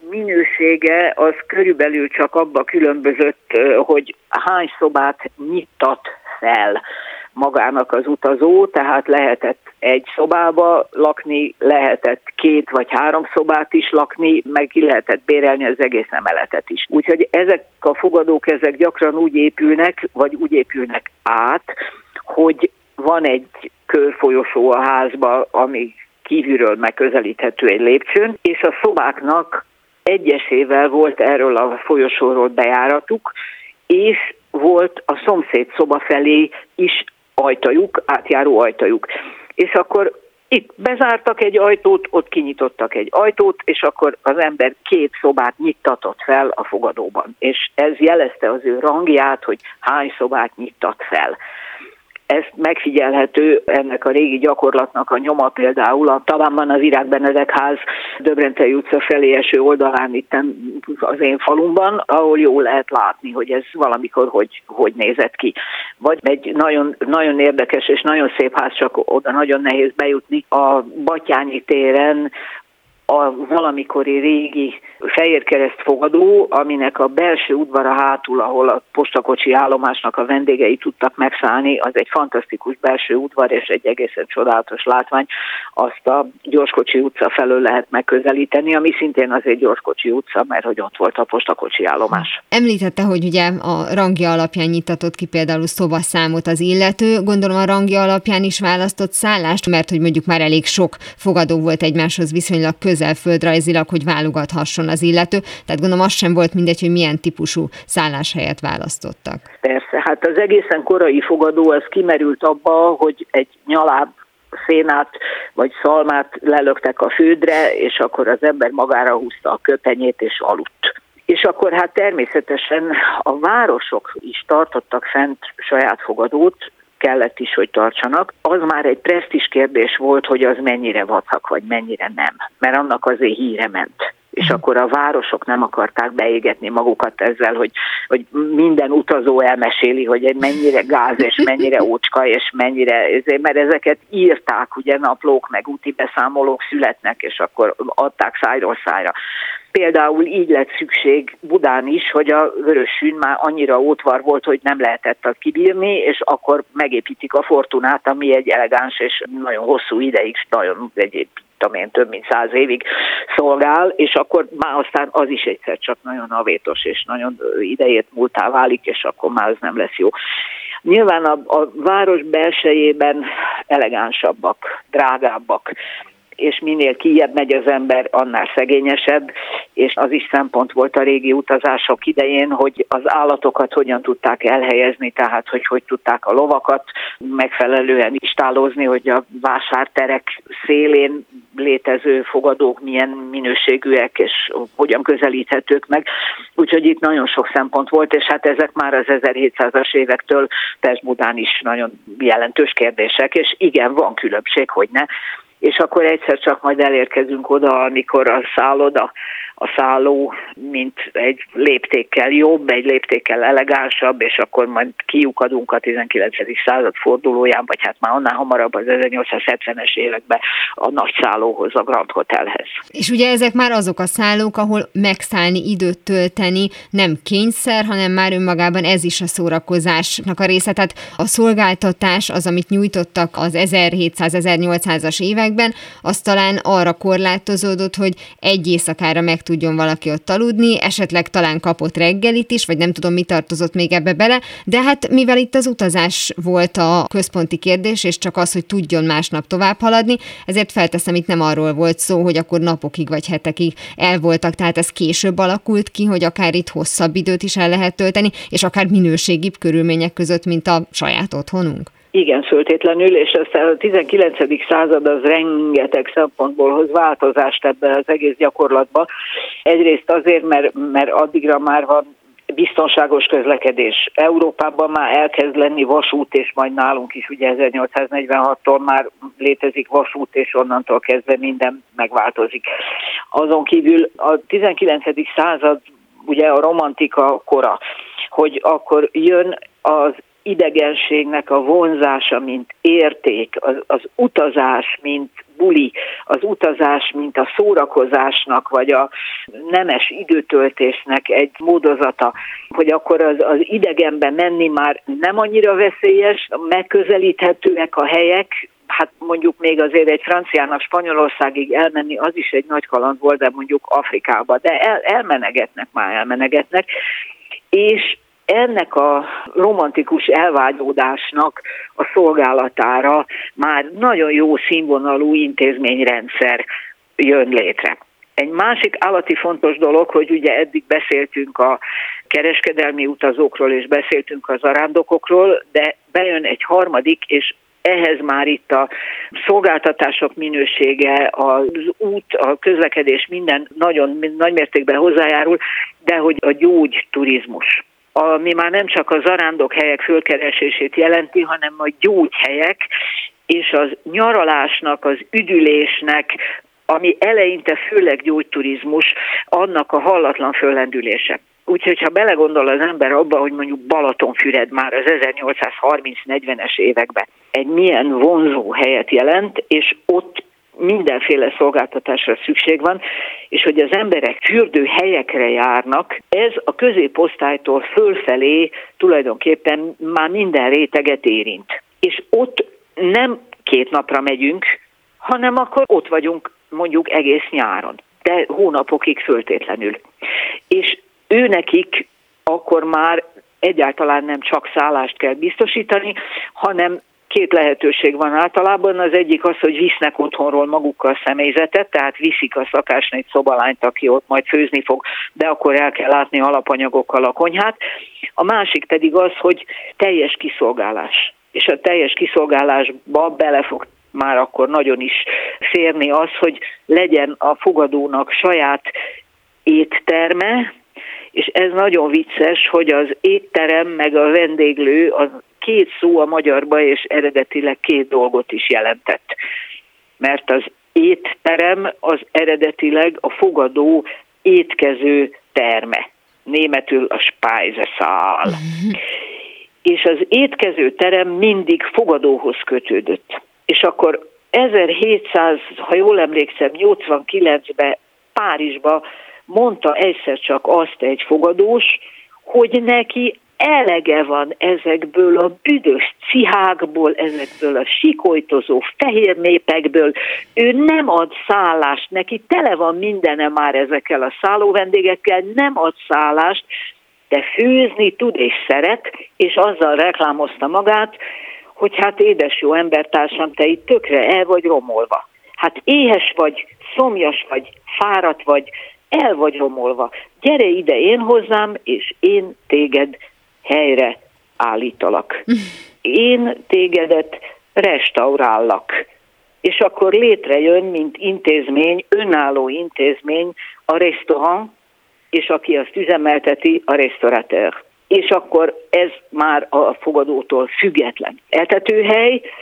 minősége az körülbelül csak abba különbözött, hogy hány szobát nyittat fel magának az utazó, tehát lehetett egy szobába lakni, lehetett 2 vagy 3 szobát is lakni, meg ki lehetett bérelni az egész emeletet is. Úgyhogy ezek a fogadók, ezek gyakran úgy épülnek, vagy úgy épülnek át, hogy van egy körfolyosó a házba, ami kívülről megközelíthető egy lépcsőn, és a szobáknak egyesével volt erről a folyosóról bejáratuk, és volt a szomszéd szoba felé is ajtajuk, átjáró ajtajuk. És akkor itt bezártak egy ajtót, ott kinyitottak egy ajtót, és akkor az ember 2 szobát nyittatott fel a fogadóban. És ez jelezte az ő rangját, hogy hány szobát nyittat fel. Ez megfigyelhető, ennek a régi gyakorlatnak a nyoma például a Tabánban az Virág Benedek ház Döbrentei utca felé eső oldalán itt az én falumban, ahol jól lehet látni, hogy ez valamikor hogy nézett ki. Vagy egy nagyon, nagyon érdekes és nagyon szép ház, csak oda nagyon nehéz bejutni, a Batthyány téren a valamikori régi Fejérkereszt fogadó, aminek a belső udvara hátul, ahol a postakocsi állomásnak a vendégei tudtak megszállni, az egy fantasztikus belső udvar és egy egészen csodálatos látvány. Azt a Gyorskocsi utca felől lehet megközelíteni, ami szintén azért Gyorskocsi utca, mert hogy ott volt a postakocsi állomás. Említette, hogy ugye a rangja alapján nyitatott ki például szobaszámot az illető. Gondolom a rangja alapján is választott szállást, mert hogy mondjuk már elég sok fogadó volt egymáshoz viszonylag közel földrajzilag, hogy válogathasson az illető. Tehát gondolom az sem volt mindegy, hogy milyen típusú szálláshelyet választottak. Persze, hát az egészen korai fogadó az kimerült abba, hogy egy nyaláb szénát vagy szalmát lelöktek a földre, és akkor az ember magára húzta a köpenyét és aludt. És akkor hát természetesen a városok is tartottak fent saját fogadót, kellett is, hogy tartsanak. Az már egy presztízs kérdés volt, hogy az mennyire vacak, vagy mennyire nem. Mert annak azért híre ment. És akkor a városok nem akarták beégetni magukat ezzel, hogy minden utazó elmeséli, hogy mennyire gáz, és mennyire ócska, és mennyire, mert ezeket írták, ugye naplók, meg úti beszámolók születnek, és akkor adták szájról szájra. Például így lett szükség Budán is, hogy a vörös sűn már annyira ótvar volt, hogy nem lehetett azt kibírni, és akkor megépítik a Fortunát, ami egy elegáns és nagyon hosszú ideig, nagyon több mint 100 évig szolgál, és akkor már aztán az is egyszer csak nagyon avétos, és nagyon idejét múltá válik, és akkor már az nem lesz jó. Nyilván a város belsejében elegánsabbak, drágábbak, és minél kijebb megy az ember, annál szegényesebb, és az is szempont volt a régi utazások idején, hogy az állatokat hogyan tudták elhelyezni, tehát hogy tudták a lovakat megfelelően istálozni, hogy a vásárterek szélén létező fogadók milyen minőségűek, és hogyan közelíthetők meg. Úgyhogy itt nagyon sok szempont volt, és hát ezek már az 1700-as évektől Pest-Budán is nagyon jelentős kérdések, és igen, van különbség, hogy ne. És akkor egyszer csak majd elérkezünk oda, amikor a szálloda a szálló, mint egy léptékkel jobb, egy léptékkel elegánsabb, és akkor majd kiukadunk a 19. század fordulóján, vagy hát már annál hamarabb az 1870-es években a nagy szállóhoz, a Grand Hotelhez. És ugye ezek már azok a szállók, ahol megszállni, időt tölteni nem kényszer, hanem már önmagában ez is a szórakozásnak a része. Tehát a szolgáltatás, az, amit nyújtottak az 1700-1800-as években, az talán arra korlátozódott, hogy egy éjszakára meg tudjon valaki ott aludni, esetleg talán kapott reggelit is, vagy nem tudom, mi tartozott még ebbe bele, de hát mivel itt az utazás volt a központi kérdés, és csak az, hogy tudjon másnap tovább haladni, ezért felteszem, itt nem arról volt szó, hogy akkor napokig vagy hetekig el voltak, tehát ez később alakult ki, hogy akár itt hosszabb időt is el lehet tölteni, és akár minőségibb körülmények között, mint a saját otthonunk. Igen, föltétlenül, és aztán a 19. század az rengeteg szempontból hoz változást ebben az egész gyakorlatban. Egyrészt azért, mert addigra már van biztonságos közlekedés. Európában már elkezd lenni vasút, és majd nálunk is ugye 1846-tól már létezik vasút, és onnantól kezdve minden megváltozik. Azon kívül a 19. század ugye a romantika kora, hogy akkor jön az idegenségnek a vonzása, mint érték, az utazás, mint buli, az utazás, mint a szórakozásnak, vagy a nemes időtöltésnek egy módozata, hogy akkor az idegenbe menni már nem annyira veszélyes, megközelíthetőek a helyek, hát mondjuk még azért egy franciának Spanyolországig elmenni, az is egy nagy kaland volt, de mondjuk Afrikába, de elmenegetnek, és ennek a romantikus elvágyódásnak a szolgálatára már nagyon jó színvonalú intézményrendszer jön létre. Egy másik állati fontos dolog, hogy ugye eddig beszéltünk a kereskedelmi utazókról és beszéltünk a zarándokokról, de bejön egy harmadik, és ehhez már itt a szolgáltatások minősége, az út, a közlekedés minden nagyon nagy mértékben hozzájárul, de hogy a gyógyturizmus, ami már nem csak a zarándokhelyek fölkeresését jelenti, hanem a gyógyhelyek és az nyaralásnak, az üdülésnek, ami eleinte főleg gyógyturizmus, annak a hallatlan föllendülése. Úgyhogy ha belegondol az ember abba, hogy mondjuk Balatonfüred már az 1830-40-es években egy milyen vonzó helyet jelent, és ott mindenféle szolgáltatásra szükség van, és hogy az emberek fürdőhelyekre járnak, ez a középosztálytól fölfelé tulajdonképpen már minden réteget érint. És ott nem 2 napra megyünk, hanem akkor ott vagyunk mondjuk egész nyáron, de hónapokig föltétlenül. És őnekik akkor már egyáltalán nem csak szállást kell biztosítani, hanem 2 lehetőség van általában. Az egyik az, hogy visznek otthonról magukkal személyzetet, tehát viszik a szakásnőt, szobalányt, aki ott majd főzni fog, de akkor el kell látni alapanyagokkal a konyhát. A másik pedig az, hogy teljes kiszolgálás. És a teljes kiszolgálásba bele fog már akkor nagyon is férni az, hogy legyen a fogadónak saját étterme, és ez nagyon vicces, hogy az étterem meg a vendéglő az 2 szó a magyarba, és eredetileg 2 dolgot is jelentett. Mert az étterem az eredetileg a fogadó étkező terme. Németül a Speisesaal. És az étkező terem mindig fogadóhoz kötődött. És akkor 1700, ha jól emlékszem, 89-ben Párizsba mondta egyszer csak azt egy fogadós, hogy neki elege van ezekből a büdös cihákból, ezekből a sikolytozó fehér népekből. Ő nem ad szállást, neki tele van mindene már ezekkel a szállóvendégekkel, nem ad szállást, de főzni tud és szeret, és azzal reklámozta magát, hogy hát édes jó embertársam, te itt tökre el vagy romolva. Hát éhes vagy, szomjas vagy, fáradt vagy, el vagy romolva. Gyere ide én hozzám, és én téged helyre állítalak. Én tégedet restaurállak. És akkor létrejön, mint intézmény, önálló intézmény a restaurant, és aki azt üzemelteti, a restaurateur. És akkor ez már a fogadótól független etetőhely,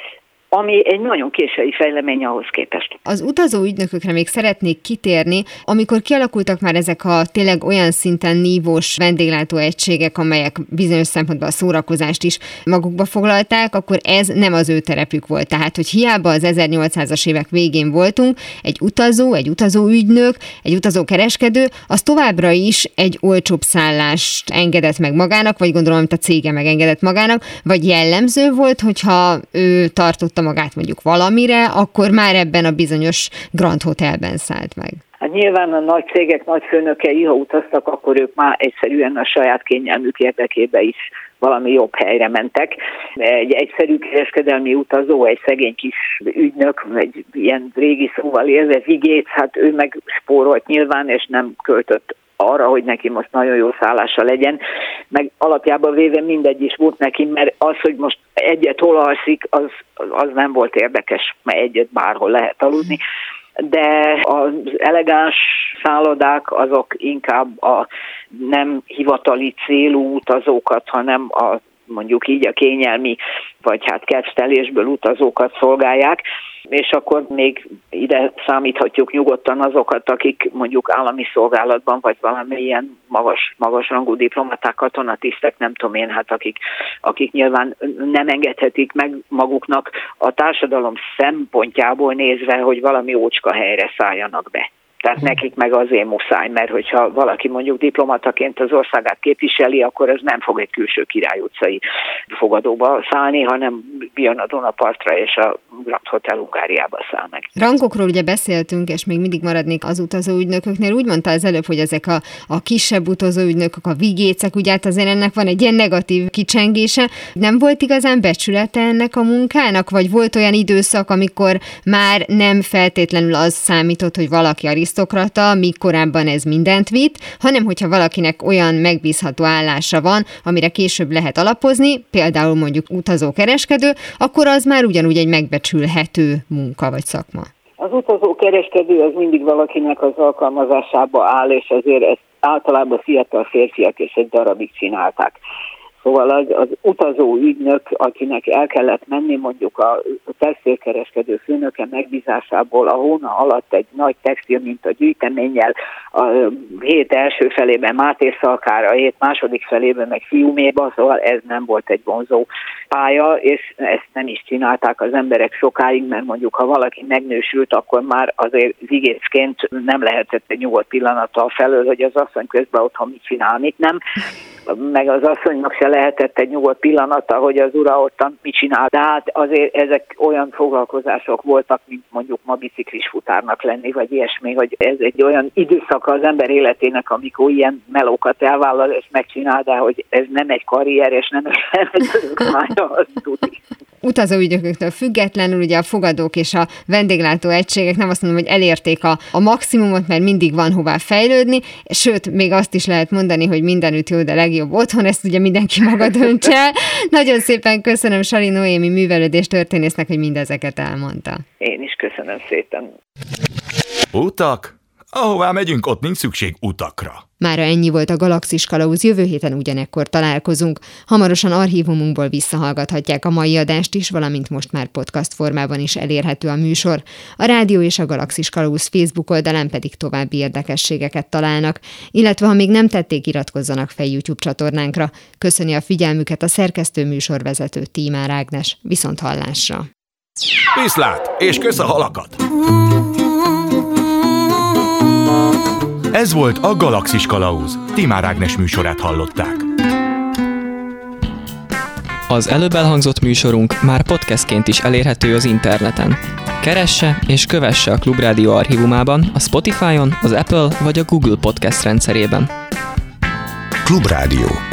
ami egy nagyon késői fejlemény ahhoz képest. Az utazó ügynökökre még szeretnék kitérni, amikor kialakultak már ezek a tényleg olyan szinten nívós vendéglátóegységek, amelyek bizonyos szempontból a szórakozást is magukba foglalták, akkor ez nem az ő terepük volt. Tehát, hogy hiába az 1800-as évek végén voltunk, egy utazóügynök, egy utazókereskedő, az továbbra is egy olcsóbb szállást engedett meg magának, vagy gondolom, amit a cége megengedett magának, vagy jellemző volt, hogyha ő tartotta magát mondjuk valamire, akkor már ebben a bizonyos Grand Hotelben szállt meg. Hát nyilván a nagy cégek, nagy főnökei, ha utaztak, akkor ők már egyszerűen a saját kényelmük érdekébe is valami jobb helyre mentek. Egy egyszerű kereskedelmi utazó, egy szegény kis ügynök, egy ilyen régi szóval érzett vigéc, hát ő meg spórolt nyilván, és nem költött arra, hogy neki most nagyon jó szállása legyen, meg alapjában véve mindegy is volt neki, mert az, hogy most egyet hol alszik, az nem volt érdekes, mert egyet bárhol lehet aludni, de az elegáns szállodák azok inkább a nem hivatali célú utazókat, hanem mondjuk így a kényelmi, vagy hát kedvtelésből utazókat szolgálják, és akkor még ide számíthatjuk nyugodtan azokat, akik mondjuk állami szolgálatban, vagy valamilyen magas rangú diplomaták, katonatisztek, nem tudom én, hát akik nyilván nem engedhetik meg maguknak a társadalom szempontjából nézve, hogy valami ócska helyre szálljanak be. Tehát nekik meg azért muszáj, mert hogyha valaki mondjuk diplomataként az országát képviseli, akkor ez nem fog egy külső Király utcai fogadóba szállni, hanem jön a Dunapartra és a Grand Hotel Hungáriába száll meg. Rangokról ugye beszéltünk, és még mindig maradnék az utazóügynököknél. Úgy mondta az előbb, hogy ezek a kisebb utazóügynökök, a vigécek, ugye hát azért ennek van egy ilyen negatív kicsengése. Nem volt igazán becsülete ennek a munkának, vagy volt olyan időszak, amikor már nem feltétlenül az számított, hogy valaki arisztokrata, míg korábban ez mindent vitt, hanem hogyha valakinek olyan megbízható állása van, amire később lehet alapozni, például mondjuk utazókereskedő, akkor az már ugyanúgy egy megbecsülhető munka vagy szakma. Az utazókereskedő az mindig valakinek az alkalmazásába áll, és azért ezt általában fiatal férfiak és egy darabig csinálták. Szóval az utazó ügynök, akinek el kellett menni mondjuk a textilkereskedő főnöke megbízásából a hóna alatt egy nagy textil minta gyűjteménnyel, a hét első felében Máté Szalkára, a hét második felében meg Fiuméba, szóval ez nem volt egy vonzó pálya, és ezt nem is csinálták az emberek sokáig, mert mondjuk ha valaki megnősült, akkor már azért vigécként nem lehetett egy nyugodt pillanata felől, hogy az asszony közben otthon mit csinál, mit nem, meg az asszonynak se lehetett egy nyugodt pillanata, hogy az ura ottan mit csinál. Tehát azért ezek olyan foglalkozások voltak, mint mondjuk ma biciklis futárnak lenni, vagy ilyesmi, hogy ez egy olyan időszaka az ember életének, amikor ilyen melókat elvállal és megcsinál, de hogy ez nem egy karrier, és nem egy örökmánya, azt tudni. Utazóügynököktől függetlenül ugye a fogadók és a vendéglátó egységek nem azt mondom, hogy elérték a maximumot, mert mindig van hová fejlődni, sőt, még azt is lehet mondani, hogy mindenütt jó, de legjobb otthon, ezt ugye mindenki maga döntse el. Nagyon szépen köszönöm Sali Noémi művelődés történésznek, hogy mindezeket elmondta. Én is köszönöm szépen. Utak? Ahová megyünk, ott nincs szükség utakra. Mára ennyi volt a Galaxis Kalauz, jövő héten ugyanekkor találkozunk. Hamarosan archívumunkból visszahallgathatják a mai adást is, valamint most már podcast formában is elérhető a műsor. A Rádió és a Galaxis Kalauz Facebook oldalán pedig további érdekességeket találnak, illetve ha még nem tették, iratkozzanak fel YouTube csatornánkra. Köszöni a figyelmüket a szerkesztő műsorvezető Tímár Ágnes. Viszont hallásra! Viszlát, és kösz a halakat! Ez volt a Galaxis Kalauz. Tímár Ágnes műsorát hallották. Az előbb elhangzott műsorunk már podcastként is elérhető az interneten. Keresse és kövesse a Klubrádió archívumában, a Spotify-on, az Apple vagy a Google Podcast rendszerében. Klubrádió.